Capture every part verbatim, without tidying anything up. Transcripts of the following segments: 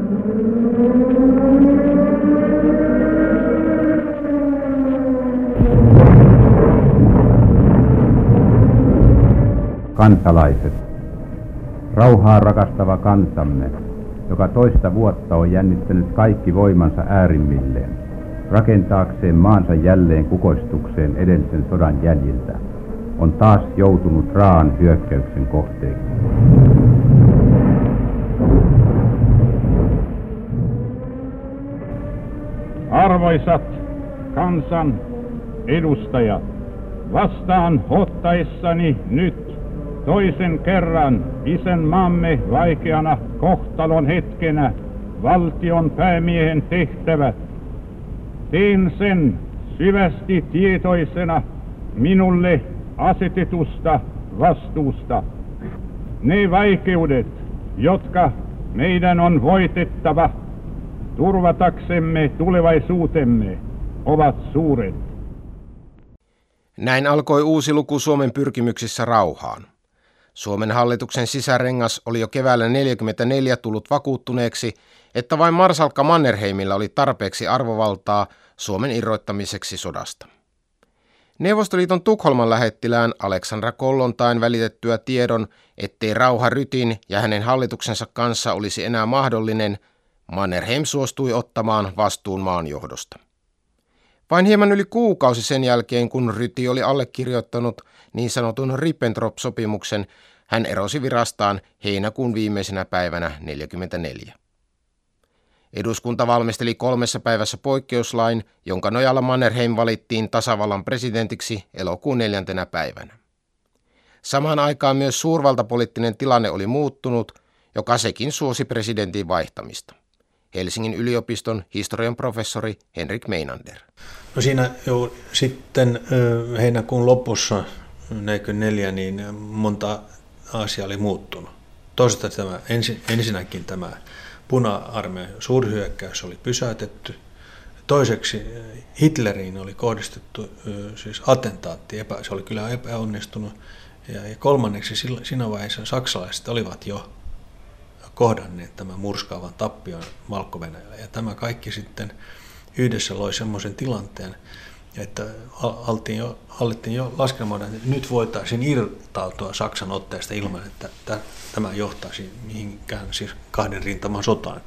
Kansalaiset, rauhaa rakastava kansamme, joka toista vuotta on jännittänyt kaikki voimansa äärimmilleen, rakentaakseen maansa jälleen kukoistukseen edellisen sodan jäljiltä, on taas joutunut raaan hyökkäyksen kohteeksi. Arvoisat kansan edustajat, vastaan ottaessani nyt toisen kerran isän maamme vaikeana kohtalon hetkenä valtion päämiehen tehtävät. Teen sen syvästi tietoisena minulle asetetusta vastuusta. Ne vaikeudet, jotka meidän on voitettava turvataksemme tulevaisuutemme, ovat suuret. Näin alkoi uusi luku Suomen pyrkimyksissä rauhaan. Suomen hallituksen sisärengas oli jo keväällä neljäkymmentäneljä tullut vakuuttuneeksi, että vain marsalkka Mannerheimilla oli tarpeeksi arvovaltaa Suomen irrottamiseksi sodasta. Neuvostoliiton Tukholman lähettilään Aleksandra Kollontain välitettyä tiedon, ettei rauha Rytin ja hänen hallituksensa kanssa olisi enää mahdollinen, Mannerheim suostui ottamaan vastuun maan johdosta. Vain hieman yli kuukausi sen jälkeen, kun Ryti oli allekirjoittanut niin sanotun Ribbentrop-sopimuksen, hän erosi virastaan heinäkuun viimeisenä päivänä neljäkymmentäneljä. Eduskunta valmisteli kolmessa päivässä poikkeuslain, jonka nojalla Mannerheim valittiin tasavallan presidentiksi elokuun neljäntenä päivänä. Samaan aikaan myös suurvaltapoliittinen tilanne oli muuttunut, joka sekin suosi presidentin vaihtamista. Helsingin yliopiston historian professori Henrik Meinander. No siinä jo sitten heinäkuun lopussa neljäkymmentäneljä niin monta asiaa oli muuttunut. Toisaalta tämä, ensin, ensinnäkin tämä Puna-armeijan suurhyökkäys oli pysäytetty. Toiseksi Hitleriin oli kohdistettu siis attentaatti, se oli kyllä epäonnistunut. Ja kolmanneksi siinä vaiheessa saksalaiset olivat jo kohdanneet tämän murskaavan tappion Valko-Venäjällä. Ja tämä kaikki sitten yhdessä loi semmoisen tilanteen, että alettiin jo, alettiin jo laskelmoida, että nyt voitaisiin irtautua Saksan otteesta ilman, että tämä johtaisi mihinkään siis kahden rintaman sotaan.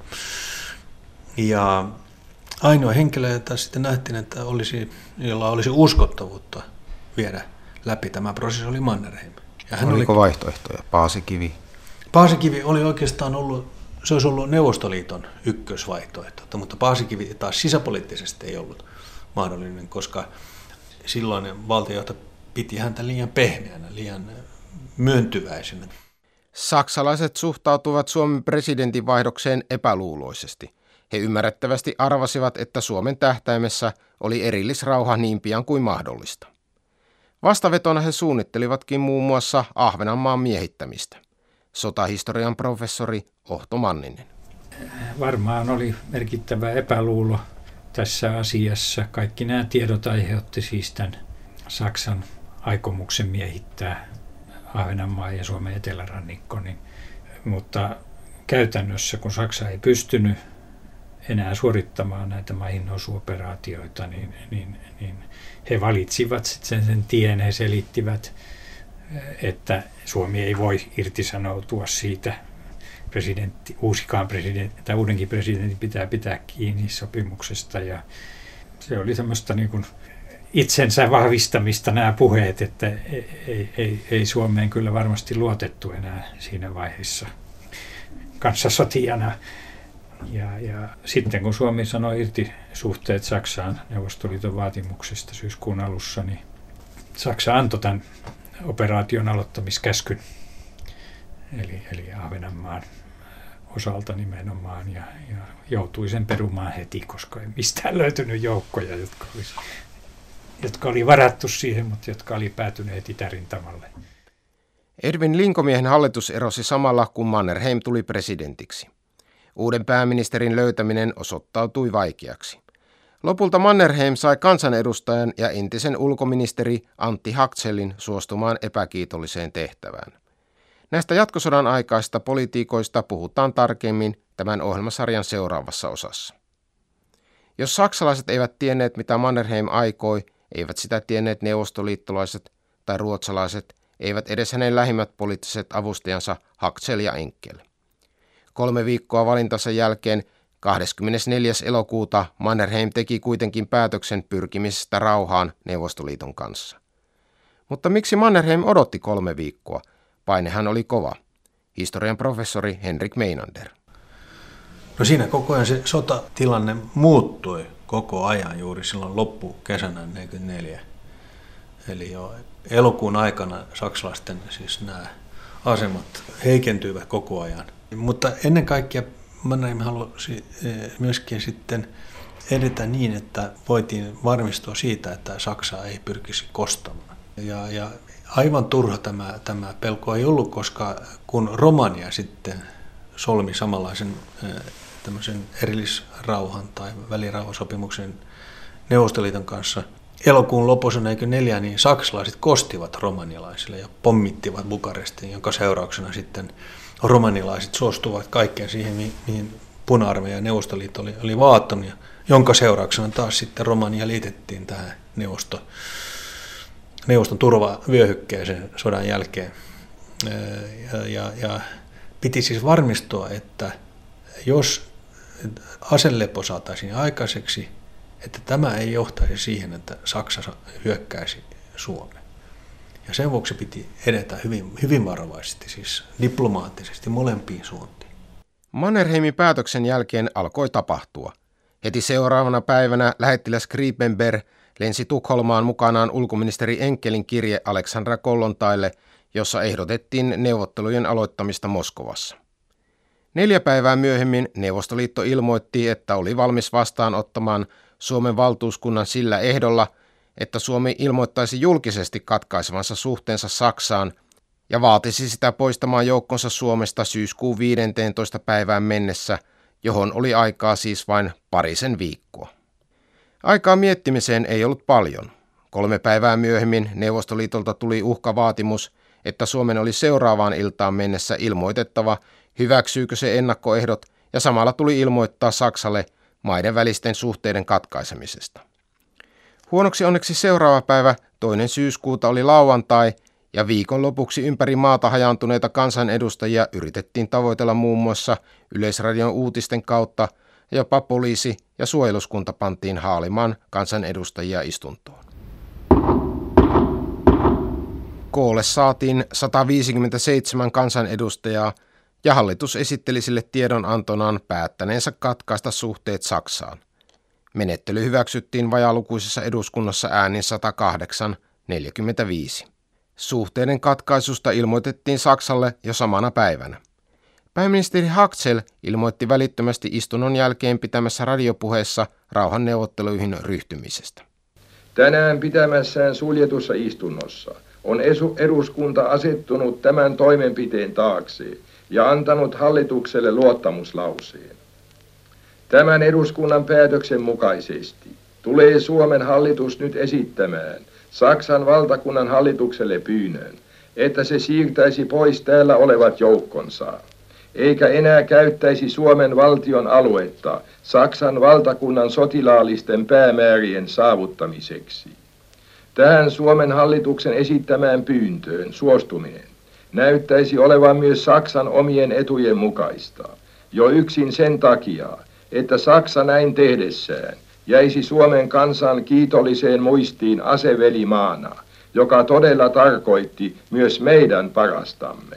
Ja ainoa henkilö, jota sitten nähtiin, että olisi, jolla olisi uskottavuutta viedä läpi tämä prosessi, oli Mannerheim. Ja hän Oliko oli, vaihtoehtoja? Paasikivi? Paasikivi oli oikeastaan ollut, se olisi ollut Neuvostoliiton ykkösvaihtoehto, mutta Paasikivi taas sisäpoliittisesti ei ollut mahdollinen, koska silloin valtiojohto piti häntä liian pehmeänä, liian myöntyväisenä. Saksalaiset suhtautuivat Suomen presidentinvaihdokseen epäluuloisesti. He ymmärrettävästi arvasivat, että Suomen tähtäimessä oli erillisrauha niin pian kuin mahdollista. Vastavetona he suunnittelivatkin muun muassa Ahvenanmaan miehittämistä. Sotahistorian professori Ohto Manninen. Varmaan oli merkittävä epäluulo tässä asiassa. Kaikki nämä tiedot aiheutti siis tämän Saksan aikomuksen miehittää Ahvenanmaa ja Suomen etelärannikko. Niin, mutta käytännössä, kun Saksa ei pystynyt enää suorittamaan näitä maihinnousuoperaatioita, niin, niin, niin he valitsivat sitten sen tien, he selittivät, että Suomi ei voi irtisanoutua siitä, presidentti, uusikaan presidentti, tai uudenkin presidentin pitää pitää kiinni sopimuksesta, ja se oli semmoista niin kuin itsensä vahvistamista nämä puheet, että ei, ei, ei Suomeen kyllä varmasti luotettu enää siinä vaiheessa kanssasotijana. Ja, ja sitten kun Suomi sanoi irti suhteet Saksaan Neuvostoliiton vaatimuksesta syyskuun alussa, niin Saksa antoi tämän operaation aloittamiskäskyn, eli, eli Ahvenanmaan osalta nimenomaan, ja, ja joutui sen perumaan heti, koska ei mistään löytynyt joukkoja, jotka, olisi, jotka oli varattu siihen, mutta jotka oli päätyneet itärintamalle. Ervin Linkomiehen hallitus erosi samalla, kun Mannerheim tuli presidentiksi. Uuden pääministerin löytäminen osoittautui vaikeaksi. Lopulta Mannerheim sai kansanedustajan ja entisen ulkoministeri Antti Haktselin suostumaan epäkiitolliseen tehtävään. Näistä jatkosodan aikaisista politiikoista puhutaan tarkemmin tämän ohjelmasarjan seuraavassa osassa. Jos saksalaiset eivät tienneet, mitä Mannerheim aikoi, eivät sitä tienneet neuvostoliittolaiset tai ruotsalaiset, eivät edes hänen lähimmät poliittiset avustajansa Haxel ja Enkel. Kolme viikkoa valintansa jälkeen kahdeskymmenesneljäs elokuuta Mannerheim teki kuitenkin päätöksen pyrkimisestä rauhaan Neuvostoliiton kanssa. Mutta miksi Mannerheim odotti kolme viikkoa? Painehan oli kova. Historian professori Henrik Meinander. No siinä koko ajan se sotatilanne muuttui koko ajan juuri silloin loppukesänä neljäkymmentäneljä. Eli jo elokuun aikana saksalaisten siis nämä asemat heikentyivät koko ajan. Mutta ennen kaikkea Mannerheim halusi myöskin sitten edetä niin, että voitiin varmistua siitä, että Saksa ei pyrkisi kostamaan. Ja, ja aivan turha tämä, tämä pelko ei ollut, koska kun Romania sitten solmi samanlaisen tämmöisen erillisrauhan tai välirauhasopimuksen Neuvostoliiton kanssa elokuun lopussa neljäkymmentäneljä, niin saksalaiset kostivat romanialaisille ja pommittivat Bukarestiin, jonka seurauksena sitten romanilaiset suostuvat kaikkeen siihen, mihin Puna-armeija ja Neuvostoliitto oli, oli vaatunut, jonka seurauksena taas sitten Romania liitettiin tähän neuvosto, neuvoston turvavyöhykkeeseen sodan jälkeen. Ja, ja, ja piti siis varmistua, että jos aselepo saataisiin aikaiseksi, että tämä ei johtaisi siihen, että Saksa hyökkäisi Suomeen. Ja sen vuoksi piti edetä hyvin, hyvin varovaisesti, siis diplomaattisesti molempiin suuntiin. Mannerheimin päätöksen jälkeen alkoi tapahtua. Heti seuraavana päivänä lähettiläs Griepenberg lensi Tukholmaan mukanaan ulkoministeri Enkelin kirje Aleksandra Kollontaille, jossa ehdotettiin neuvottelujen aloittamista Moskovassa. Neljä päivää myöhemmin Neuvostoliitto ilmoitti, että oli valmis vastaanottamaan Suomen valtuuskunnan sillä ehdolla, että Suomi ilmoittaisi julkisesti katkaisevansa suhteensa Saksaan ja vaatisi sitä poistamaan joukkonsa Suomesta syyskuun viidenteentoista päivään mennessä, johon oli aikaa siis vain parisen viikkoa. Aikaa miettimiseen ei ollut paljon. Kolme päivää myöhemmin Neuvostoliitolta tuli uhkavaatimus, että Suomen oli seuraavaan iltaan mennessä ilmoitettava, hyväksyykö se ennakkoehdot, ja samalla tuli ilmoittaa Saksalle maiden välisten suhteiden katkaisemisesta. Huonoksi onneksi seuraava päivä, toinen syyskuuta, oli lauantai, ja viikon lopuksi ympäri maata hajaantuneita kansanedustajia yritettiin tavoitella muun muassa Yleisradion uutisten kautta, ja jopa poliisi ja suojeluskunta pantiin haalimaan kansanedustajia istuntoon. Koolle saatiin sata viisikymmentäseitsemän kansanedustajaa, ja hallitus esitteli sille tiedonantonaan päättäneensä katkaista suhteet Saksaan. Menettely hyväksyttiin vajaalukuisessa eduskunnassa äänin sata kahdeksan neljäkymmentäviisi. Suhteiden katkaisusta ilmoitettiin Saksalle jo samana päivänä. Pääministeri Haxel ilmoitti välittömästi istunnon jälkeen pitämässä radiopuheessa rauhanneuvotteluihin ryhtymisestä. Tänään pitämässään suljetussa istunnossa on eduskunta asettunut tämän toimenpiteen taakse ja antanut hallitukselle luottamuslauseen. Tämän eduskunnan päätöksen mukaisesti tulee Suomen hallitus nyt esittämään Saksan valtakunnan hallitukselle pyynnön, että se siirtäisi pois täällä olevat joukkonsa, eikä enää käyttäisi Suomen valtion aluetta Saksan valtakunnan sotilaallisten päämäärien saavuttamiseksi. Tähän Suomen hallituksen esittämään pyyntöön suostuminen näyttäisi olevan myös Saksan omien etujen mukaista, jo yksin sen takia, että Saksa näin tehdessään jäisi Suomen kansan kiitolliseen muistiin asevelimaana, joka todella tarkoitti myös meidän parastamme.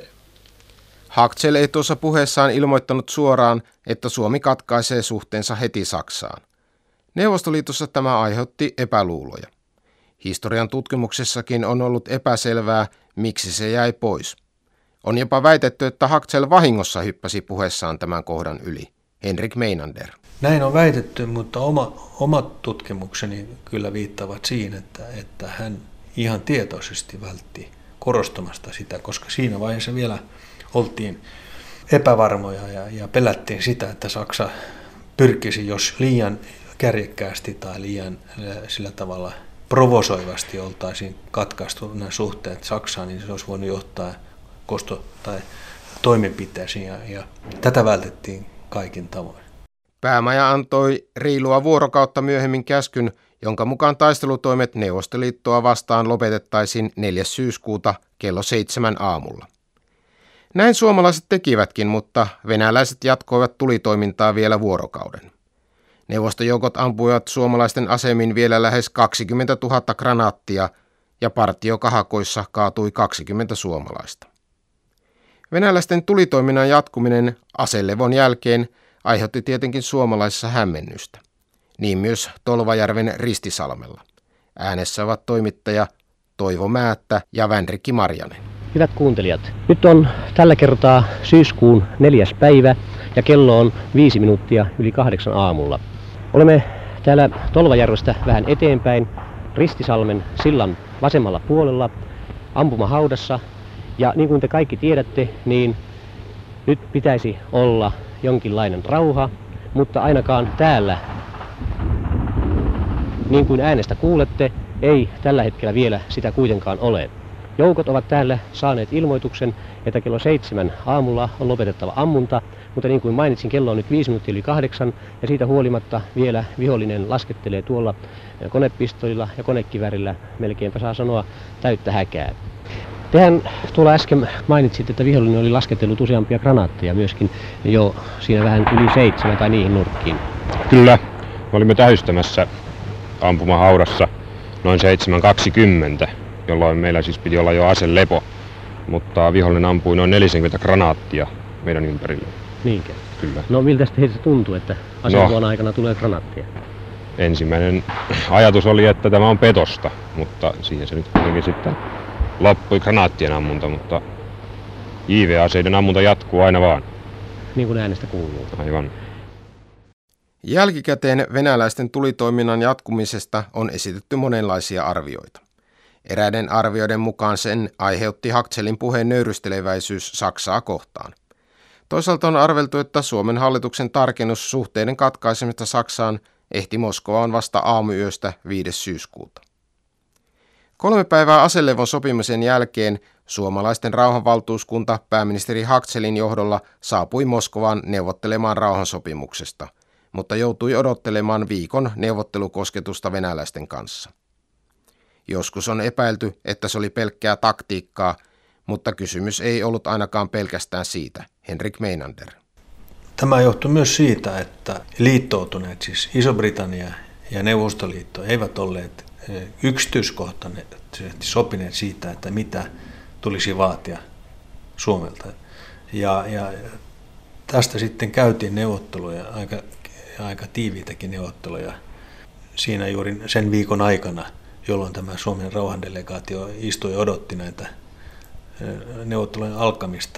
Haxel ei tuossa puheessaan ilmoittanut suoraan, että Suomi katkaisee suhteensa heti Saksaan. Neuvostoliitossa tämä aiheutti epäluuloja. Historian tutkimuksessakin on ollut epäselvää, miksi se jäi pois. On jopa väitetty, että Haxel vahingossa hyppäsi puheessaan tämän kohdan yli. Henrik Meinander. Näin on väitetty, mutta oma, omat tutkimukseni kyllä viittaavat siihen, että, että hän ihan tietoisesti vältti korostamasta sitä, koska siinä vaiheessa vielä oltiin epävarmoja ja, ja pelättiin sitä, että Saksa pyrkisi, jos liian kärjekkäästi tai liian sillä tavalla provosoivasti oltaisiin katkaistu nämä suhteet Saksaan, niin se olisi voinut johtaa kosto- tai toimenpiteisiin ja, ja tätä vältettiin kaikin tavoin. Päämaja antoi reilua vuorokautta myöhemmin käskyn, jonka mukaan taistelutoimet Neuvostoliittoa vastaan lopetettaisiin neljäs syyskuuta kello seitsemän aamulla. Näin suomalaiset tekivätkin, mutta venäläiset jatkoivat tulitoimintaa vielä vuorokauden. Neuvostojoukot ampuivat suomalaisten asemiin vielä lähes kaksikymmentätuhatta granaattia ja partiokahakoissa kaatui kaksikymmentä suomalaista. Venäläisten tulitoiminnan jatkuminen aselevon jälkeen aiheutti tietenkin suomalaisissa hämmennystä. Niin myös Tolvajärven Ristisalmella. Äänessä ovat toimittaja Toivo Määttä ja Vänrikki Marjanen. Hyvät kuuntelijat, nyt on tällä kertaa syyskuun neljäs päivä ja kello on viisi minuuttia yli kahdeksan aamulla. Olemme täällä Tolvajärvestä vähän eteenpäin Ristisalmen sillan vasemmalla puolella ampumahaudassa. Ja niin kuin te kaikki tiedätte, niin nyt pitäisi olla jonkinlainen rauha, mutta ainakaan täällä, niin kuin äänestä kuulette, ei tällä hetkellä vielä sitä kuitenkaan ole. Joukot ovat täällä saaneet ilmoituksen, että kello seitsemän aamulla on lopetettava ammunta, mutta niin kuin mainitsin, kello on nyt viisi minuuttia yli kahdeksan ja siitä huolimatta vielä vihollinen laskettelee tuolla konepistolilla ja konekivärillä, melkeinpä saa sanoa täyttä häkää. Tehän tuolla äsken mainitsit, että vihollinen oli lasketellut useampia granaatteja myöskin jo siinä vähän yli seitsemän tai niihin nurkkiin. Kyllä, me olimme tähystämässä ampumahaudassa noin seitsemän kaksikymmentä, jolloin meillä siis piti olla jo aselepo, mutta vihollinen ampui noin neljäkymmentä granaattia meidän ympärille. Niinkö? Kyllä. No miltä heistä tuntuu, että aselevon no, aikana tulee granaattia? Ensimmäinen ajatus oli, että tämä on petosta, mutta siihen se nyt kuitenkin sitten loppui granaattien ammunta, mutta J V-aseiden ammunta jatkuu aina vaan. Niin kuin äänestä kuuluu. Aivan. Jälkikäteen venäläisten tulitoiminnan jatkumisesta on esitetty monenlaisia arvioita. Eräiden arvioiden mukaan sen aiheutti Haktzelin puheen nöyrysteleväisyys Saksaa kohtaan. Toisaalta on arveltu, että Suomen hallituksen tarkennus suhteiden katkaisemista Saksaan ehti Moskovaan vasta aamuyöstä viides syyskuuta. Kolme päivää aselevon sopimisen jälkeen suomalaisten rauhanvaltuuskunta pääministeri Haktzelin johdolla saapui Moskovaan neuvottelemaan rauhansopimuksesta, mutta joutui odottelemaan viikon neuvottelukosketusta venäläisten kanssa. Joskus on epäilty, että se oli pelkkää taktiikkaa, mutta kysymys ei ollut ainakaan pelkästään siitä. Henrik Meinander. Tämä johtui myös siitä, että liittoutuneet, siis Iso-Britannia ja Neuvostoliitto, eivät olleet yksityiskohtaisesti sopineet siitä, että mitä tulisi vaatia Suomelta. Ja, ja tästä sitten käytiin neuvotteluja, aika, aika tiiviitäkin neuvotteluja siinä juuri sen viikon aikana, jolloin tämä Suomen rauhandelegaatio istui ja odotti näitä neuvottelujen alkamista.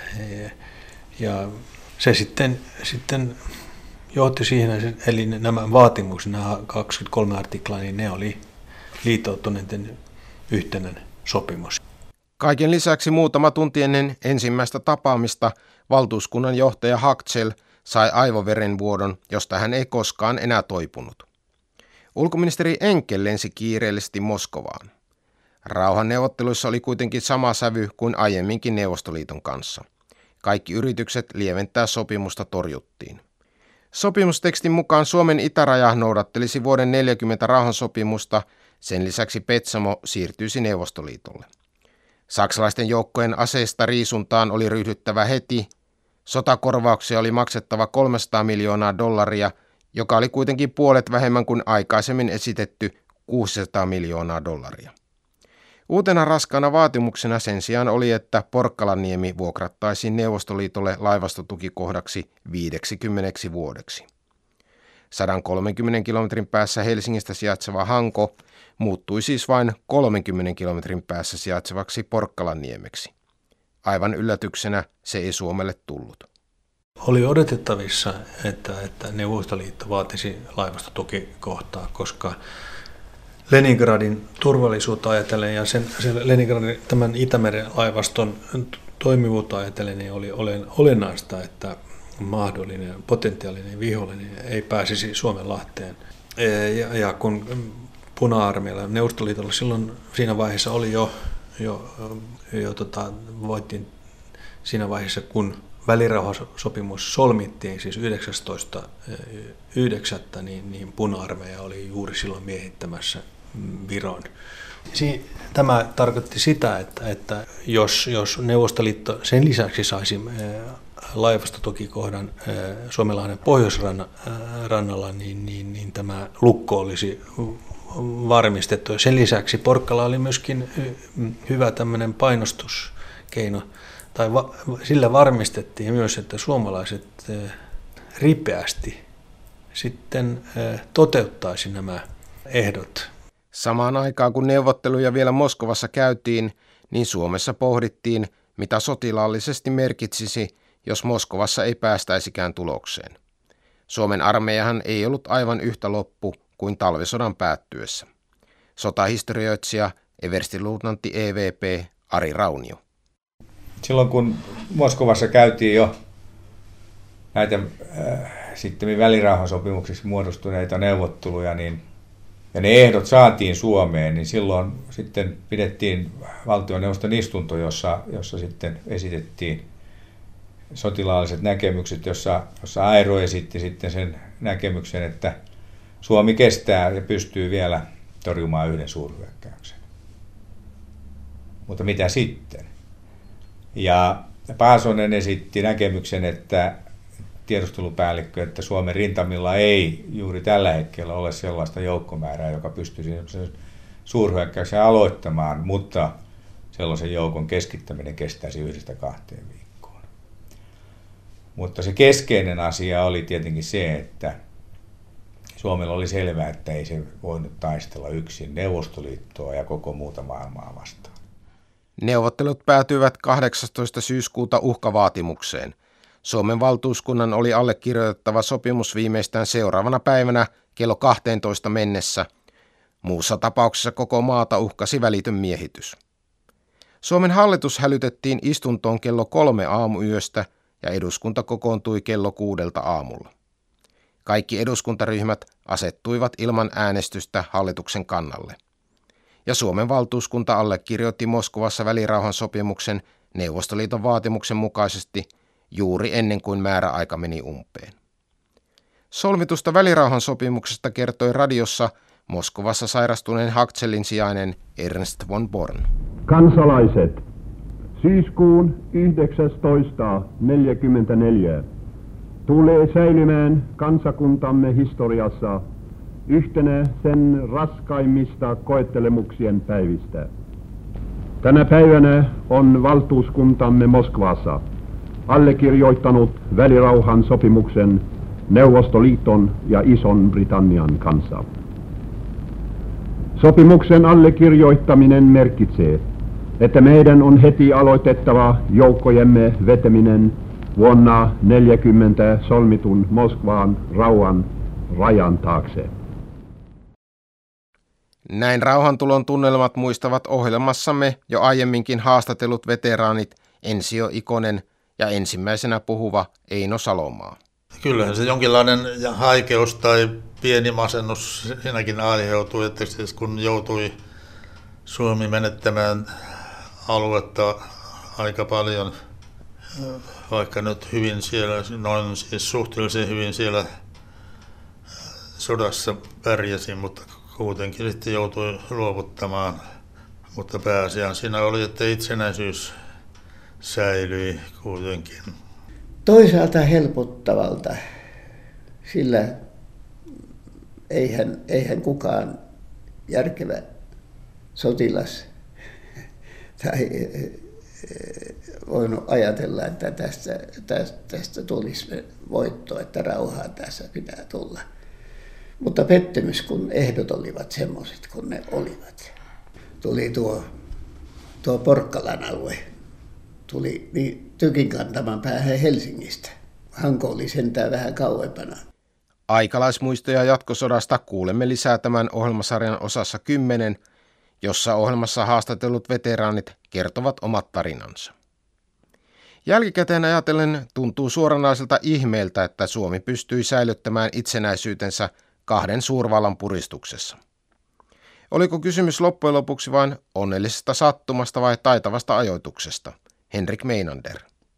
Ja se sitten, sitten johti siihen, eli nämä vaatimukset, nämä kaksikymmentäkolme artiklaa, niin ne oli liittoutuneiden yhtenäinen sopimus. Kaiken lisäksi muutama tunti ennen ensimmäistä tapaamista valtuuskunnan johtaja Haktzel sai aivoverenvuodon, josta hän ei koskaan enää toipunut. Ulkoministeri Enkel lensi kiireellisesti Moskovaan. Rauhanneuvotteluissa oli kuitenkin sama sävy kuin aiemminkin Neuvostoliiton kanssa. Kaikki yritykset lieventää sopimusta torjuttiin. Sopimustekstin mukaan Suomen itäraja noudattelisi vuoden neljäkymmentä rauhansopimusta, sen lisäksi Petsamo siirtyisi Neuvostoliitolle. Saksalaisten joukkojen aseista riisuntaan oli ryhdyttävä heti. Sotakorvauksia oli maksettava kolmesataa miljoonaa dollaria, joka oli kuitenkin puolet vähemmän kuin aikaisemmin esitetty kuusisataa miljoonaa dollaria. Uutena raskaana vaatimuksena sen sijaan oli, että Porkkalanniemi vuokrattaisiin Neuvostoliitolle laivastotukikohdaksi viideksikymmeneksi vuodeksi. sata kolmekymmentä kilometrin päässä Helsingistä sijaitseva Hanko muuttui siis vain kolmenkymmenen kilometrin päässä sijaitsevaksi Porkkalanniemeksi. Aivan yllätyksenä se ei Suomelle tullut. Oli odotettavissa, että, että Neuvostoliitto vaatisi laivastotukikohtaa, koska Leningradin turvallisuutta ajatellen ja sen, sen Leningradin tämän Itämeren laivaston toimivuutta ajatellen niin oli olennaista, että mahdollinen potentiaalinen vihollinen ei pääsisi Suomenlahteen. Ja, ja kun Puna-armeijalla Neuvostoliitolla silloin siinä vaiheessa oli jo, jo, jo tota, voitiin siinä vaiheessa, kun välirauhasopimus solmittiin, siis yhdeksästoista yhdeksättä niin, niin puna-armeija oli juuri silloin miehittämässä Viron. Tämä tarkoitti sitä, että, että jos, jos Neuvostoliitto sen lisäksi saisi laivastotukikohdan Suomenlahden pohjoisrannalla, niin, niin, niin tämä lukko olisi varmistettu. Sen lisäksi Porkkala oli myöskin hyvä tämmöinen painostuskeino, tai va, sillä varmistettiin myös, että suomalaiset ripeästi sitten toteuttaisi nämä ehdot. Samaan aikaan kun neuvotteluja vielä Moskovassa käytiin, niin Suomessa pohdittiin, mitä sotilaallisesti merkitsisi, jos Moskovassa ei päästäisikään tulokseen. Suomen armeijahan ei ollut aivan yhtä loppu kuin talvisodan päättyessä. Sotahistorioitsija everstiluutnantti E V P Ari Raunio. Silloin kun Moskovassa käytiin jo näitä äh, sitten välirauhansopimuksiksi muodostuneita neuvotteluja, niin ja ne ehdot saatiin Suomeen, niin silloin sitten pidettiin valtioneuvoston istunto, jossa, jossa sitten esitettiin sotilaalliset näkemykset, jossa, jossa Airo esitti sitten sen näkemyksen, että Suomi kestää ja pystyy vielä torjumaan yhden suurhyökkäyksen. Mutta mitä sitten? Ja Paasonen esitti näkemyksen, että tiedustelupäällikkö, että Suomen rintamilla ei juuri tällä hetkellä ole sellaista joukkomäärää, joka pystyisi suurhyökkäyksen aloittamaan, mutta sellaisen joukon keskittäminen kestäisi yhdestä kahteen viikkoon. Mutta se keskeinen asia oli tietenkin se, että Suomella oli selvää, että ei se voinut taistella yksin Neuvostoliittoa ja koko muuta maailmaa vastaan. Neuvottelut päätyivät kahdeksastoista syyskuuta uhkavaatimukseen. Suomen valtuuskunnan oli allekirjoitettava sopimus viimeistään seuraavana päivänä kello kahteentoista mennessä. Muussa tapauksessa koko maata uhkasi välitön miehitys. Suomen hallitus hälytettiin istuntoon kello kolme aamuyöstä ja eduskunta kokoontui kello kuudelta aamulla. Kaikki eduskuntaryhmät asettuivat ilman äänestystä hallituksen kannalle. Ja Suomen valtuuskunta allekirjoitti Moskovassa välirauhan sopimuksen Neuvostoliiton vaatimuksen mukaisesti juuri ennen kuin määräaika meni umpeen. Solmitusta välirauhan sopimuksesta kertoi radiossa Moskovassa sairastuneen Haktselin sijainen Ernst von Born. Kansalaiset, syyskuun yhdeksästoista neljäkymmentäneljä tulee säilymään kansakuntamme historiassa yhtenä sen raskaimmista koettelemuksien päivistä. Tänä päivänä on valtuuskuntamme Moskovassa allekirjoittanut välirauhan sopimuksen Neuvostoliiton ja Ison-Britannian kanssa. Sopimuksen allekirjoittaminen merkitsee, että meidän on heti aloitettava joukkojemme vetäminen vuonna neljäkymmentä solmitun Moskovan rauhan rajan taakse. Näin rauhantulon tunnelmat muistavat ohjelmassamme jo aiemminkin haastatellut veteraanit Ensio Ikonen ja ensimmäisenä puhuva Eino Salomaa. Kyllähän se jonkinlainen haikeus tai pieni masennus siinäkin aiheutui, että siis kun joutui Suomi menettämään aluetta aika paljon, vaikka nyt hyvin siellä, noin siis suhteellisen hyvin siellä sodassa pärjäsi, mutta kuitenkin sitten joutui luovuttamaan. Mutta pääasiaan siinä oli, että itsenäisyys säilyi kuitenkin. Toisaalta helpottavalta, sillä eihän, eihän kukaan järkevä sotilas tai voinut ajatella, että tästä, tästä, tästä tulisi voitto, että rauhaa tässä pitää tulla. Mutta pettymys, kun ehdot olivat semmoiset, kun ne olivat. Tuli tuo, tuo Porkkalan alue. Tuli niin tykin kantaman päähän Helsingistä. Hanko oli sentään vähän kauempana. Aikalaismuistoja jatkosodasta kuulemme lisää tämän ohjelmasarjan osassa kymmenen, jossa ohjelmassa haastatellut veteraanit kertovat omat tarinansa. Jälkikäteen ajatellen tuntuu suoranaiselta ihmeeltä, että Suomi pystyi säilyttämään itsenäisyytensä kahden suurvallan puristuksessa. Oliko kysymys loppujen lopuksi vain onnellisesta sattumasta vai taitavasta ajoituksesta? Henrik Meinander.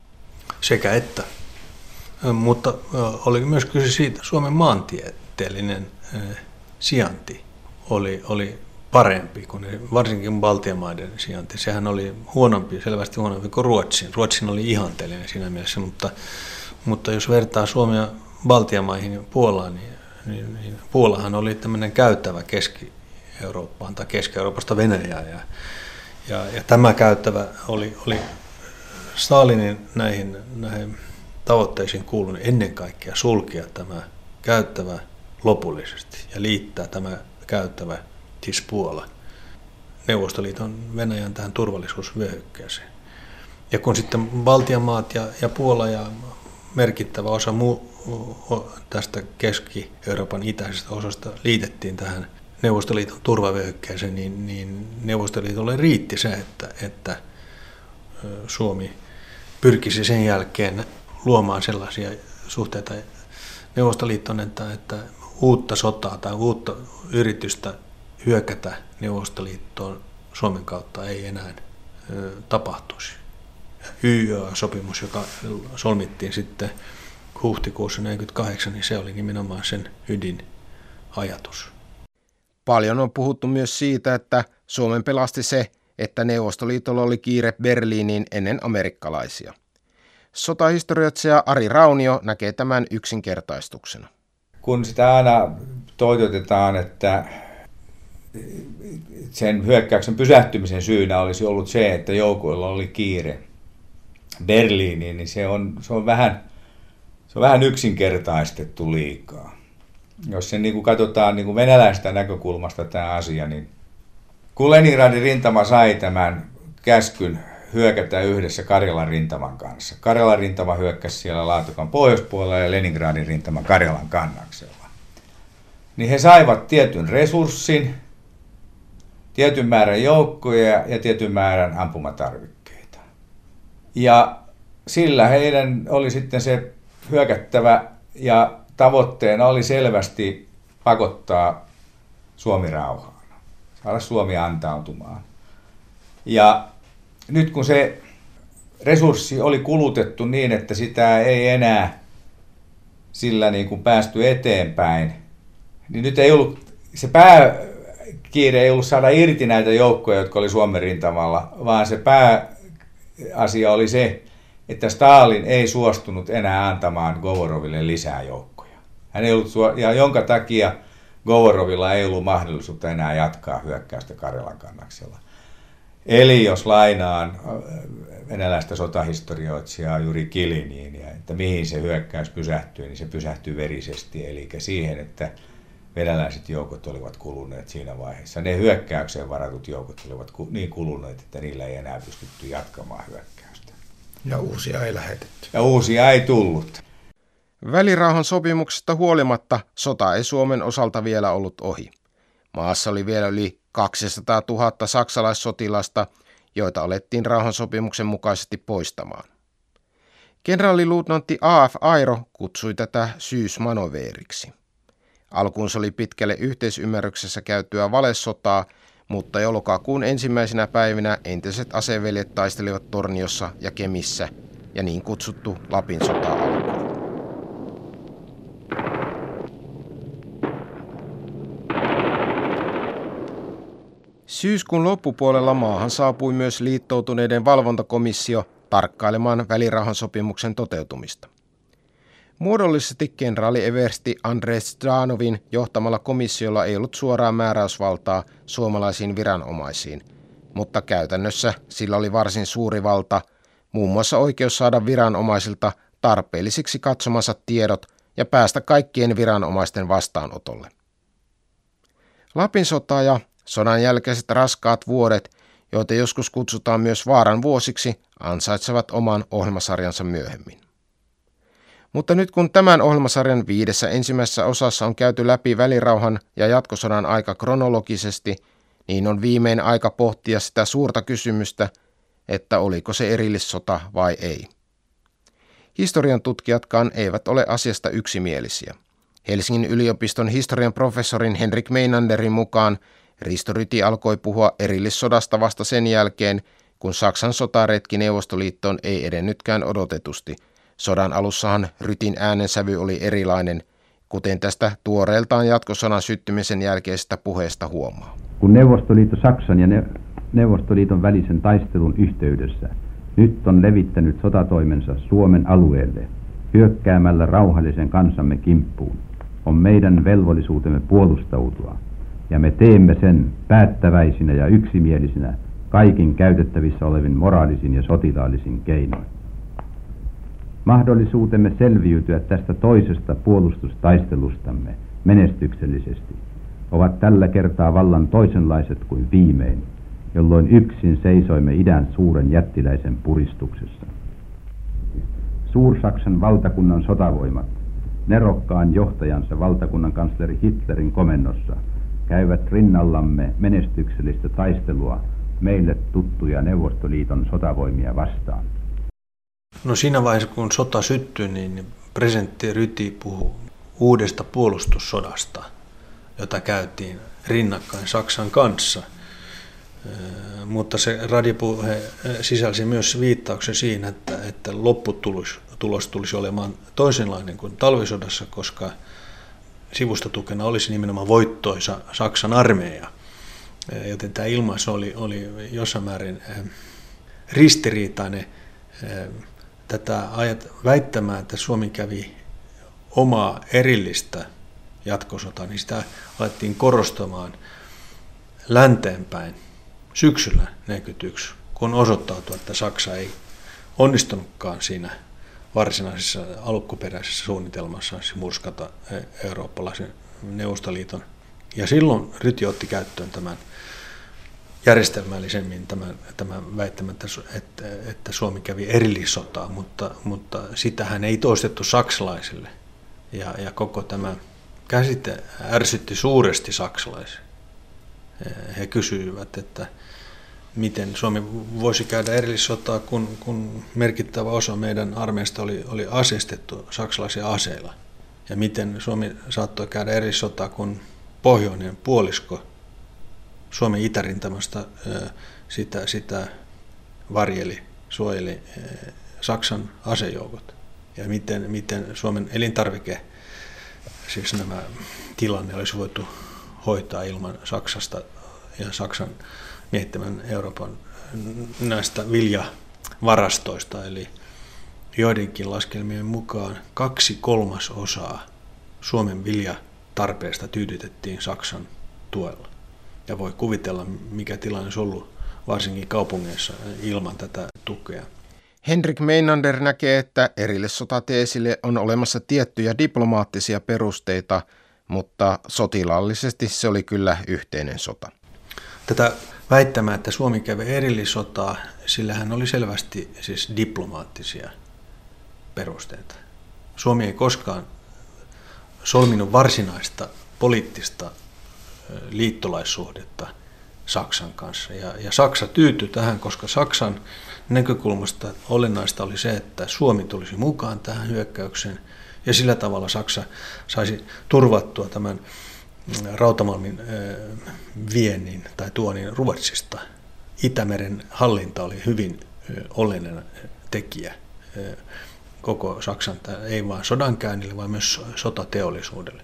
Sekä että. Mutta oli myös kyse siitä, Suomen maantieteellinen sijainti oli, oli parempi kuin varsinkin Baltian maiden sijainti. Sehän oli huonompi, selvästi huonompi kuin Ruotsin. Ruotsin oli ihanteellinen siinä mielessä, mutta, mutta jos vertaa Suomea Baltian maihin ja Puolaan, niin, niin, niin Puolahan oli tämmöinen käyttävä Keski-Eurooppaan tai Keski-Euroopasta Venäjää. Ja, ja, ja tämä käyttävä oli, oli Stalinin näihin, näihin tavoitteisiin kuulunut ennen kaikkea sulkea tämä käyttävä lopullisesti ja liittää tämä käyttävä, siis Puola, Neuvostoliiton Venäjän tähän turvallisuusvyöhykkeeseen. Ja kun sitten Baltian maat ja, ja Puola ja merkittävä osa muu, tästä Keski-Euroopan itäisestä osasta liitettiin tähän Neuvostoliiton turvavyöhykkeeseen, niin, niin Neuvostoliitolle riitti se, että, että Suomi pyrkisi sen jälkeen luomaan sellaisia suhteita Neuvostoliittoon, että, että uutta sotaa tai uutta yritystä hyökätä Neuvostoliittoon Suomen kautta ei enää ö, tapahtuisi. Y Y A-sopimus, joka solmittiin sitten huhtikuussa neljäkymmentäkahdeksan, niin se oli nimenomaan sen ydinajatus. Paljon on puhuttu myös siitä, että Suomen pelasti se, että Neuvostoliitolla oli kiire Berliiniin ennen amerikkalaisia. Sotahistorioitsija Ari Raunio näkee tämän yksinkertaistuksena. Kun sitä aina toitotetaan, että sen hyökkäyksen pysähtymisen syynä olisi ollut se, että joukoilla oli kiire Berliiniin, niin se on, se on, vähän, se on vähän yksinkertaistettu liikaa. Jos se niin kuin katsotaan niin kuin venäläistä näkökulmasta tämä asia, niin kun Leningradin rintama sai tämän käskyn hyökätä yhdessä Karjalan rintaman kanssa. Karjalan rintama hyökkäsi siellä Laatokan pohjoispuolella ja Leningradin rintama Karjalan kannaksella. Niin he saivat tietyn resurssin, tietyn määrän joukkoja ja tietyn määrän ampumatarvikkeita. Ja sillä heidän oli sitten se hyökättävä ja tavoitteena oli selvästi pakottaa Suomi rauhaan, saada Suomi antautumaan. Ja nyt kun se resurssi oli kulutettu niin, että sitä ei enää sillä niin kuin päästy eteenpäin, niin nyt ei ollut, se pääkiire ei ollut saada irti näitä joukkoja, jotka oli Suomen rintamalla, vaan se pääasia oli se, että Stalin ei suostunut enää antamaan Govoroville lisää joukkoja. Hän ei ollut, ja jonka takia Govorovilla ei ollut mahdollisuutta enää jatkaa hyökkäystä Karjalan kannaksella. Eli jos lainaan venäläistä sotahistorioitsijaa Juri Kiliniin, ja että mihin se hyökkäys pysähtyi, niin se pysähtyi verisesti, eli siihen, että venäläiset joukot olivat kuluneet siinä vaiheessa. Ne hyökkäykseen varatut joukot olivat niin kuluneet, että niillä ei enää pystytty jatkamaan hyökkäystä. Ja uusia ei lähetetty. Ja uusia ei tullut. Välirauhan sopimuksesta huolimatta sota ei Suomen osalta vielä ollut ohi. Maassa oli vielä yli kaksisataatuhatta saksalaissotilasta, joita alettiin rauhansopimuksen mukaisesti poistamaan. Kenraaliluutnantti A F Airo kutsui tätä syysmanoveeriksi. Alkuun se oli pitkälle yhteisymmärryksessä käytyä valesotaa, mutta jo lokakuun ensimmäisenä päivinä entiset aseveljet taistelivat Torniossa ja Kemissä, ja niin kutsuttu Lapin sota alkoi. Syyskuun loppupuolella maahan saapui myös liittoutuneiden valvontakomissio tarkkailemaan välirauhansopimuksen toteutumista. Muodollisesti kenraali eversti Andrei Zhdanovin johtamalla komissiolla ei ollut suoraa määräysvaltaa suomalaisiin viranomaisiin, mutta käytännössä sillä oli varsin suuri valta, muun muassa oikeus saada viranomaisilta tarpeellisiksi katsomansa tiedot ja päästä kaikkien viranomaisten vastaanotolle. Lapin sota ja sodan jälkeiset raskaat vuodet, joita joskus kutsutaan myös vaaran vuosiksi, ansaitsevat oman ohjelmasarjansa myöhemmin. Mutta nyt kun tämän ohjelmasarjan viidessä ensimmäisessä osassa on käyty läpi välirauhan ja jatkosodan aika kronologisesti, niin on viimein aika pohtia sitä suurta kysymystä, että oliko se erillissota vai ei. Historian tutkijatkaan eivät ole asiasta yksimielisiä. Helsingin yliopiston historian professorin Henrik Meinanderin mukaan Risto Ryti alkoi puhua erillissodasta vasta sen jälkeen, kun Saksan sotaretki Neuvostoliittoon ei edennytkään odotetusti. Sodan alussahan Rytin äänensävy oli erilainen, kuten tästä tuoreeltaan jatkosodan syttymisen jälkeisestä puheesta huomaa. Kun Neuvostoliitto Saksan ja ne- Neuvostoliiton välisen taistelun yhteydessä nyt on levittänyt sotatoimensa Suomen alueelle hyökkäämällä rauhallisen kansamme kimppuun, on meidän velvollisuutemme puolustautua, ja me teemme sen päättäväisinä ja yksimielisinä kaikin käytettävissä olevin moraalisin ja sotilaallisin keinoin. Mahdollisuutemme selviytyä tästä toisesta puolustustaistelustamme menestyksellisesti ovat tällä kertaa vallan toisenlaiset kuin viimein, jolloin yksin seisoimme idän suuren jättiläisen puristuksessa. Suur-Saksan valtakunnan sotavoimat, nerokkaan johtajansa valtakunnan kansleri Hitlerin komennossa, käyvät rinnallamme menestyksellistä taistelua meille tuttuja Neuvostoliiton sotavoimia vastaan. No siinä vaiheessa, kun sota syttyi, niin presidentti Ryti puhui uudesta puolustussodasta, jota käytiin rinnakkain Saksan kanssa. Mutta se radiopuhe sisälsi myös viittauksen siinä, että, että lopputulos tulos tulisi olemaan toisenlainen kuin talvisodassa, koska sivustotukena olisi nimenomaan voittoisa Saksan armeija. Joten tämä ilmaisu oli, oli jossain määrin ristiriitainen tätä ajat väittämään, että Suomi kävi omaa erillistä jatkosotaa, niin sitä alettiin korostamaan länteenpäin syksyllä neljäkymmentäyksi, kun osoittautui, että Saksa ei onnistunutkaan siinä varsinaisessa alkuperäisessä suunnitelmassa murskata eurooppalaisen Neuvostoliiton. Ja silloin Ryti otti käyttöön tämän järjestelmällisemmin tämän, tämän väittämän, että, että Suomi kävi erillissotaa, mutta, mutta sitähän ei toistettu saksalaisille. Ja, ja koko tämä käsite ärsytti suuresti saksalaisia. He kysyivät, että miten Suomi voisi käydä erillissotaa, kun, kun merkittävä osa meidän armeijasta oli, oli aseistettu saksalaisia aseilla. Ja miten Suomi saattoi käydä erillissotaa, kun pohjoinen puolisko Suomen itärintamasta sitä, sitä varjeli, suojeli Saksan asejoukot. Ja miten, miten Suomen elintarvike, siis nämä tilanne olisi voitu hoitaa ilman Saksasta ja Saksan miehittämän Euroopan näistä viljavarastoista. Eli joidenkin laskelmien mukaan kaksi kolmasosaa Suomen viljatarpeesta tyydytettiin Saksan tuella. Ja voi kuvitella, mikä tilanne olisi ollut varsinkin kaupungeissa ilman tätä tukea. Henrik Meinander näkee, että erillissotateesille on olemassa tiettyjä diplomaattisia perusteita, mutta sotilaallisesti se oli kyllä yhteinen sota. Tätä väittämää, että Suomi kävi erillissotaa, sillähän oli selvästi siis diplomaattisia perusteita. Suomi ei koskaan solminut varsinaista poliittista liittolaissuhdetta Saksan kanssa. Ja, ja Saksa tyytyi tähän, koska Saksan näkökulmasta olennaista oli se, että Suomi tulisi mukaan tähän hyökkäykseen ja sillä tavalla Saksa saisi turvattua tämän rautamalmin viennin tai tuonnin Ruotsista. Itämeren hallinta oli hyvin oleellinen tekijä koko Saksan, ei vain sodankäynnille, vaan myös sotateollisuudelle.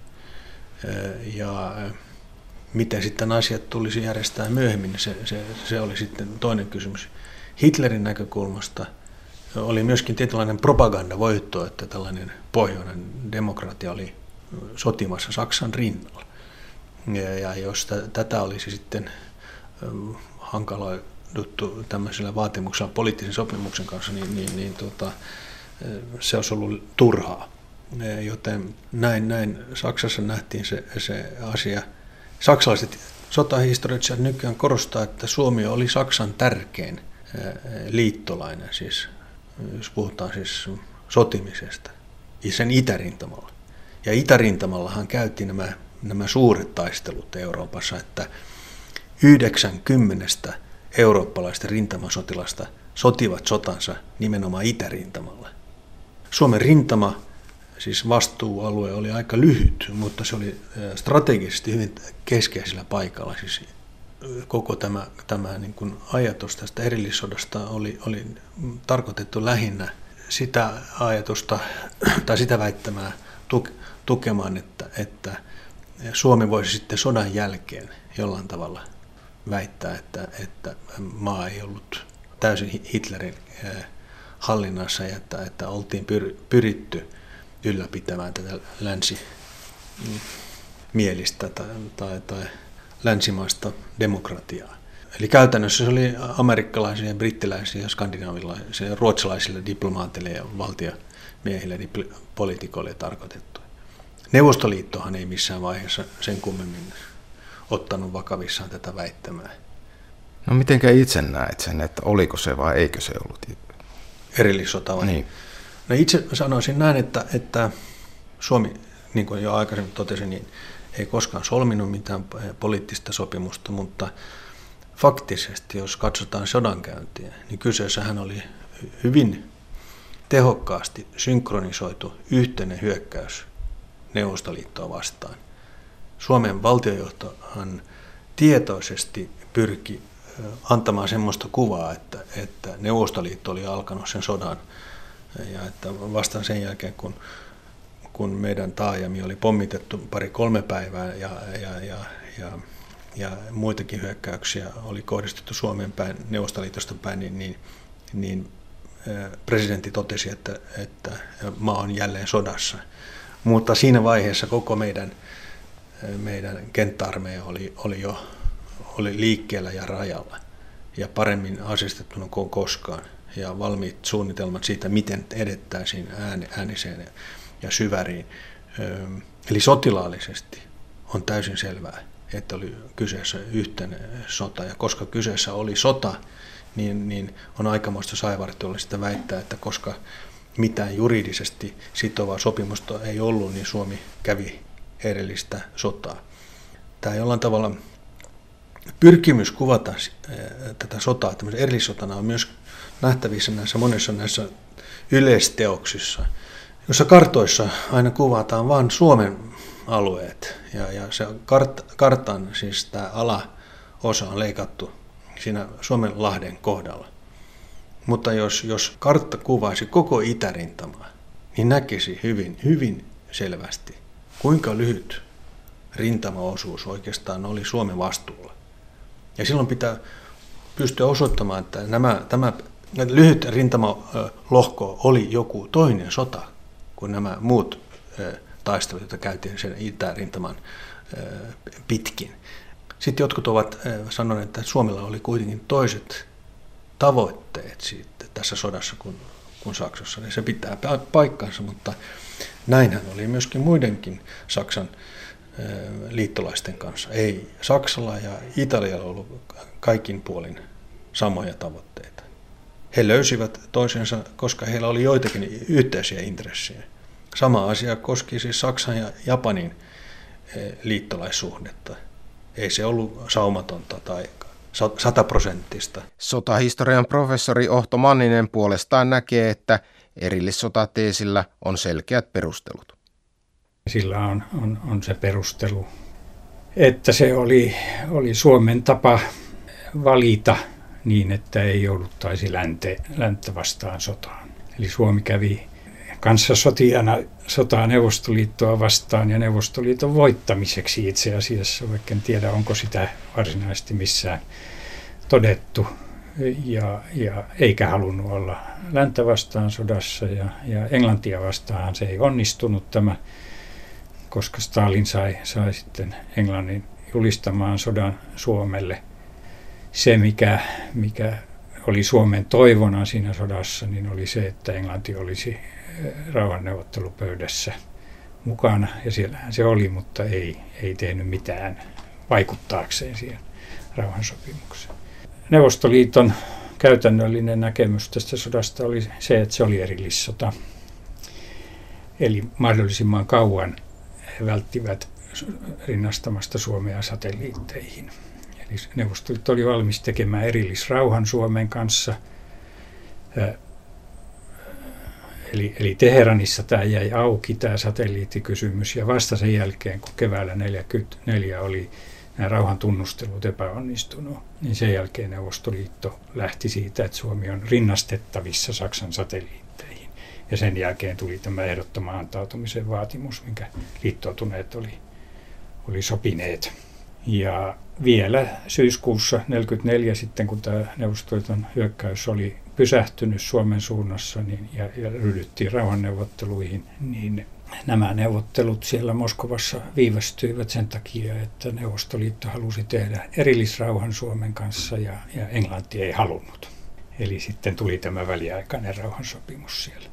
Ja miten sitten asiat tulisi järjestää myöhemmin, se, se, se oli sitten toinen kysymys. Hitlerin näkökulmasta oli myöskin tietynlainen propagandavoitto, että tällainen pohjoinen demokratia oli sotimassa Saksan rinnalla. Ja, ja jos t- tätä olisi sitten ähm, hankaloiduttu tämmöisellä vaatimuksella poliittisen sopimuksen kanssa, niin, niin, niin tota, se olisi ollut turhaa. Joten näin, näin Saksassa nähtiin se, se asia. Saksalaiset sotahistorioitsijat nykyään korostaa, että Suomi oli Saksan tärkein liittolainen, siis, jos puhutaan siis sotimisesta, sen itärintamalla. Ja itärintamallahan käytiin nämä, nämä suuret taistelut Euroopassa, että yhdeksänkymmentä eurooppalaista rintamasotilasta sotivat sotansa nimenomaan itärintamalla. Suomen rintama, siis vastuualue, oli aika lyhyt, mutta se oli strategisesti hyvin keskeisellä paikalla, siis koko tämä, tämä niin kuin ajatus tästä erillissodasta oli, oli tarkoitettu lähinnä sitä ajatusta tai sitä väittämää tukemaan, että, että Suomi voisi sitten sodan jälkeen jollain tavalla väittää, että, että maa ei ollut täysin Hitlerin hallinnassa ja että, että oltiin pyritty ylläpitämään tätä länsimielistä tai, tai, tai länsimaista demokratiaa. Eli käytännössä se oli amerikkalaisille, brittiläisille ja skandinaavilaisille ja ruotsalaisille diplomaateille ja valtiomiehille ja poliitikoille tarkoitettu. Neuvostoliittohan ei missään vaiheessa sen kummemmin ottanut vakavissaan tätä väittämää. No mitenkä itse näet sen, että oliko se vai eikö se ollut? Erillissota vai? Niin. No itse sanoisin näin, että, että Suomi, niin kuin jo aikaisemmin totesin, niin ei koskaan solminut mitään poliittista sopimusta, mutta faktisesti, jos katsotaan sodankäyntiä, niin kyseessähän oli hyvin tehokkaasti synkronisoitu yhteinen hyökkäys Neuvostoliittoa vastaan. Suomen valtiojohtohan tietoisesti pyrki antamaan semmoista kuvaa, että, että Neuvostoliitto oli alkanut sen sodan ja että vasta sen jälkeen, kun, kun meidän taajami oli pommitettu pari-kolme päivää ja, ja, ja, ja, ja muitakin hyökkäyksiä oli kohdistettu Suomen päin, Neuvostoliitosta päin, niin, niin, niin presidentti totesi, että, että maa on jälleen sodassa. Mutta siinä vaiheessa koko meidän, meidän kenttäarmeija oli, oli jo oli liikkeellä ja rajalla ja paremmin aseistettuna kuin koskaan ja valmiit suunnitelmat siitä, miten edettäisiin ääniseen ja syväriin. Eli sotilaallisesti on täysin selvää, että oli kyseessä yhteinen sota ja koska kyseessä oli sota, niin, niin on aikamoista saivartelua väittää, että koska mitään juridisesti sitovaa sopimusta ei ollut, niin Suomi kävi erillistä sotaa. Tämä jollain tavalla pyrkimys kuvata tätä sotaa tämmöisen erillissotana on myös nähtävissä näissä monissa näissä yleisteoksissa, jossa kartoissa aina kuvataan vain Suomen alueet. Ja, ja se kart, kartan, siis tämä alaosa on leikattu siinä Suomenlahden kohdalla. Mutta jos, jos kartta kuvaisi koko itärintamaa, niin näkisi hyvin, hyvin selvästi, kuinka lyhyt rintamaosuus oikeastaan oli Suomen vastuulla. Ja silloin pitää pystyä osoittamaan, että nämä, tämä lyhyt rintamalohko oli joku toinen sota kuin nämä muut taistelut, joita käytiin sen itärintaman pitkin. Sitten jotkut ovat sanoneet, että Suomella oli kuitenkin toiset tavoitteet siitä, tässä sodassa kuin, kuin Saksassa. Ja se pitää paikkansa, mutta näinhän oli myöskin muidenkin Saksan liittolaisten kanssa. Ei Saksalla ja Italialla ollut kaikin puolin samoja tavoitteita. He löysivät toisensa, koska heillä oli joitakin yhteisiä intressejä. Sama asia koski siis Saksan ja Japanin liittolaissuhdetta. Ei se ollut saumatonta tai sataprosenttista. Sotahistorian professori Ohto Manninen puolestaan näkee, että erillissotateesillä on selkeät perustelut. Sillä on, on, on se perustelu, että se oli, oli Suomen tapa valita niin, että ei jouduttaisi länte, länttä vastaan sotaan. Eli Suomi kävi kanssasotijana sotaa Neuvostoliittoa vastaan ja Neuvostoliiton voittamiseksi itse asiassa, vaikka en tiedä, onko sitä varsinaisesti missään todettu. Ja, ja eikä halunnut olla länttä vastaan sodassa ja, ja Englantia vastaan se ei onnistunut tämä, koska Stalin sai, sai sitten Englannin julistamaan sodan Suomelle. Se, mikä, mikä oli Suomen toivona siinä sodassa, niin oli se, että Englanti olisi rauhanneuvottelupöydässä mukana. Ja siellähän se oli, mutta ei, ei tehnyt mitään vaikuttaakseen siihen rauhansopimukseen. Neuvostoliiton käytännöllinen näkemys tästä sodasta oli se, että se oli erillissota. Eli mahdollisimman kauan he välttivät rinnastamasta Suomea satelliitteihin. Eli Neuvostoliitto oli valmis tekemään erillisrauhan Suomen kanssa. Eli, eli Teheranissa tämä jäi auki, tämä satelliittikysymys, ja vasta sen jälkeen, kun keväällä neljäkymmentäneljä oli nämä rauhan tunnustelut epäonnistunut, niin sen jälkeen Neuvostoliitto lähti siitä, että Suomi on rinnastettavissa Saksan satelliitteihin. Ja sen jälkeen tuli tämä ehdottoman antautumisen vaatimus, minkä liittoutuneet oli, oli sopineet. Ja vielä syyskuussa tuhatyhdeksänsataaneljäkymmentäneljä sitten, kun tämä Neuvostoliiton hyökkäys oli pysähtynyt Suomen suunnassa niin, ja, ja ryhdyttiin rauhanneuvotteluihin, niin nämä neuvottelut siellä Moskovassa viivästyivät sen takia, että Neuvostoliitto halusi tehdä erillisrauhan Suomen kanssa ja, ja Englanti ei halunnut. Eli sitten tuli tämä väliaikainen rauhansopimus siellä.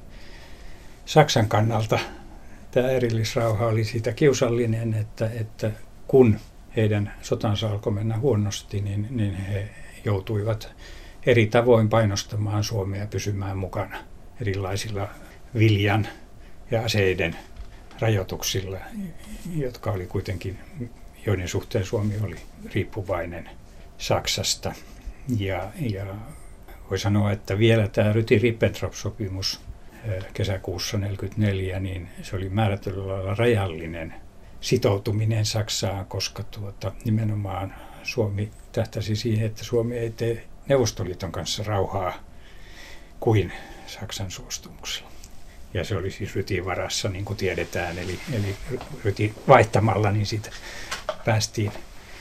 Saksan kannalta tämä erillisrauha oli siitä kiusallinen, että, että kun heidän sotansa alkoi mennä huonosti, niin, niin he joutuivat eri tavoin painostamaan Suomea pysymään mukana erilaisilla viljan ja aseiden rajoituksilla, jotka oli kuitenkin, joiden suhteen Suomi oli riippuvainen Saksasta. Ja, ja voi sanoa, että vielä tämä Ryti-Ribbentrop-sopimus kesäkuussa tuhatyhdeksänsataaneljäkymmentäneljä, niin se oli määrätyllä lailla rajallinen sitoutuminen Saksaan, koska tuota, nimenomaan Suomi tähtäsi siihen, että Suomi ei tee Neuvostoliiton kanssa rauhaa kuin Saksan suostumuksella. Ja se oli siis Rytin varassa, niin kuin tiedetään, eli, eli Ryti vaihtamalla, niin siitä päästiin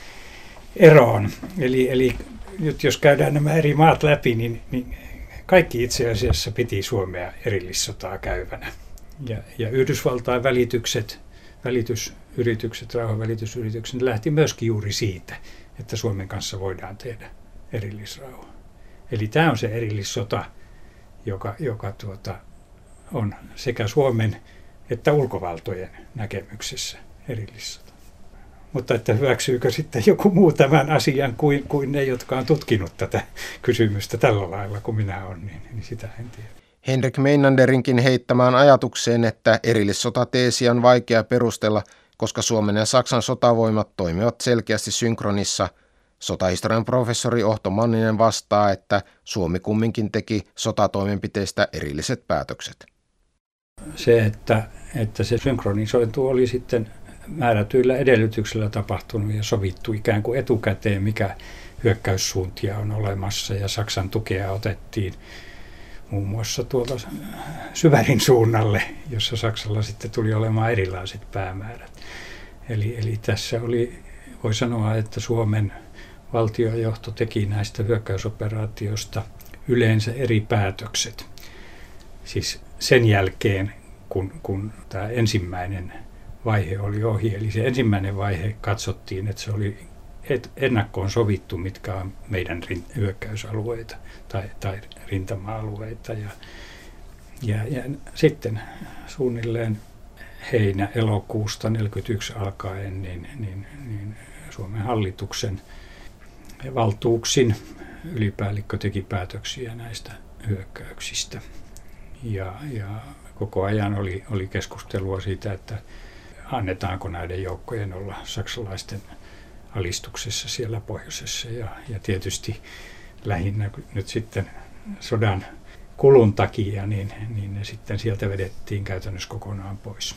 eroon. Eli, eli nyt jos käydään nämä eri maat läpi, niin, niin kaikki itse asiassa piti Suomea erillissotaa käyvänä. Ja, ja Yhdysvaltain välitykset, välitysyritykset, rauhanvälitysyritykset lähti myöskin juuri siitä, että Suomen kanssa voidaan tehdä erillisrauha. Eli tämä on se erillissota, joka, joka tuota, on sekä Suomen että ulkovaltojen näkemyksessä erillissota. Mutta että hyväksyykö sitten joku muu tämän asian kuin, kuin ne, jotka on tutkinut tätä kysymystä tällä lailla kuin minä olen, niin, niin sitä en tiedä. Henrik Meinanderinkin heittämään ajatukseen, että erillissotateesia on vaikea perustella, koska Suomen ja Saksan sotavoimat toimivat selkeästi synkronissa. Sotahistorian professori Ohto Manninen vastaa, että Suomi kumminkin teki sotatoimenpiteistä erilliset päätökset. Se, että, että se synkronisointu oli sitten määrätyillä edellytyksillä tapahtunut ja sovittu ikään kuin etukäteen, mikä hyökkäyssuuntia on olemassa, ja Saksan tukea otettiin muun muassa tuolta Syvärin suunnalle, jossa Saksalla sitten tuli olemaan erilaiset päämäärät. Eli, eli tässä oli, voi sanoa, että Suomen valtiojohto teki näistä hyökkäysoperaatioista yleensä eri päätökset. Siis sen jälkeen, kun, kun tämä ensimmäinen vaihe oli ohi, eli se ensimmäinen vaihe katsottiin, että se oli ennakkoon sovittu, mitkä on meidän hyökkäysalueita tai, tai rintama-alueita. Ja, ja, ja sitten suunnilleen heinä-elokuusta tuhatyhdeksänsataaneljäkymmentäyksi alkaen niin, niin, niin Suomen hallituksen valtuuksin ylipäällikkö teki päätöksiä näistä hyökkäyksistä. Ja, ja koko ajan oli, oli keskustelua siitä, että annetaanko näiden joukkojen olla saksalaisten alistuksessa siellä pohjoisessa. Ja, ja tietysti lähinnä nyt sitten sodan kulun takia, niin, niin ne sitten sieltä vedettiin käytännössä kokonaan pois.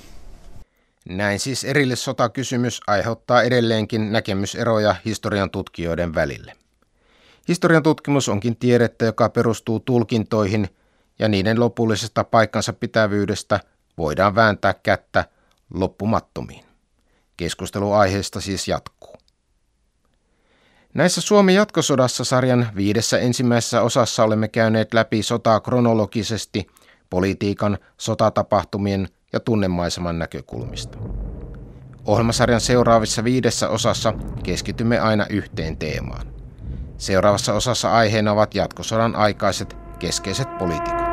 Näin siis erillissotakysymys aiheuttaa edelleenkin näkemyseroja historian tutkijoiden välille. Historian tutkimus onkin tiedettä, joka perustuu tulkintoihin, ja niiden lopullisesta paikkansa pitävyydestä voidaan vääntää kättä loppumattomiin. Keskustelu aiheesta siis jatkuu. Näissä Suomi jatkosodassa sarjan viidessä ensimmäisessä osassa olemme käyneet läpi sotaa kronologisesti, politiikan, sotatapahtumien ja tunnemaiseman näkökulmista. Ohjelmasarjan seuraavissa viidessä osassa keskitymme aina yhteen teemaan. Seuraavassa osassa aiheena ovat jatkosodan aikaiset keskeiset poliitikot.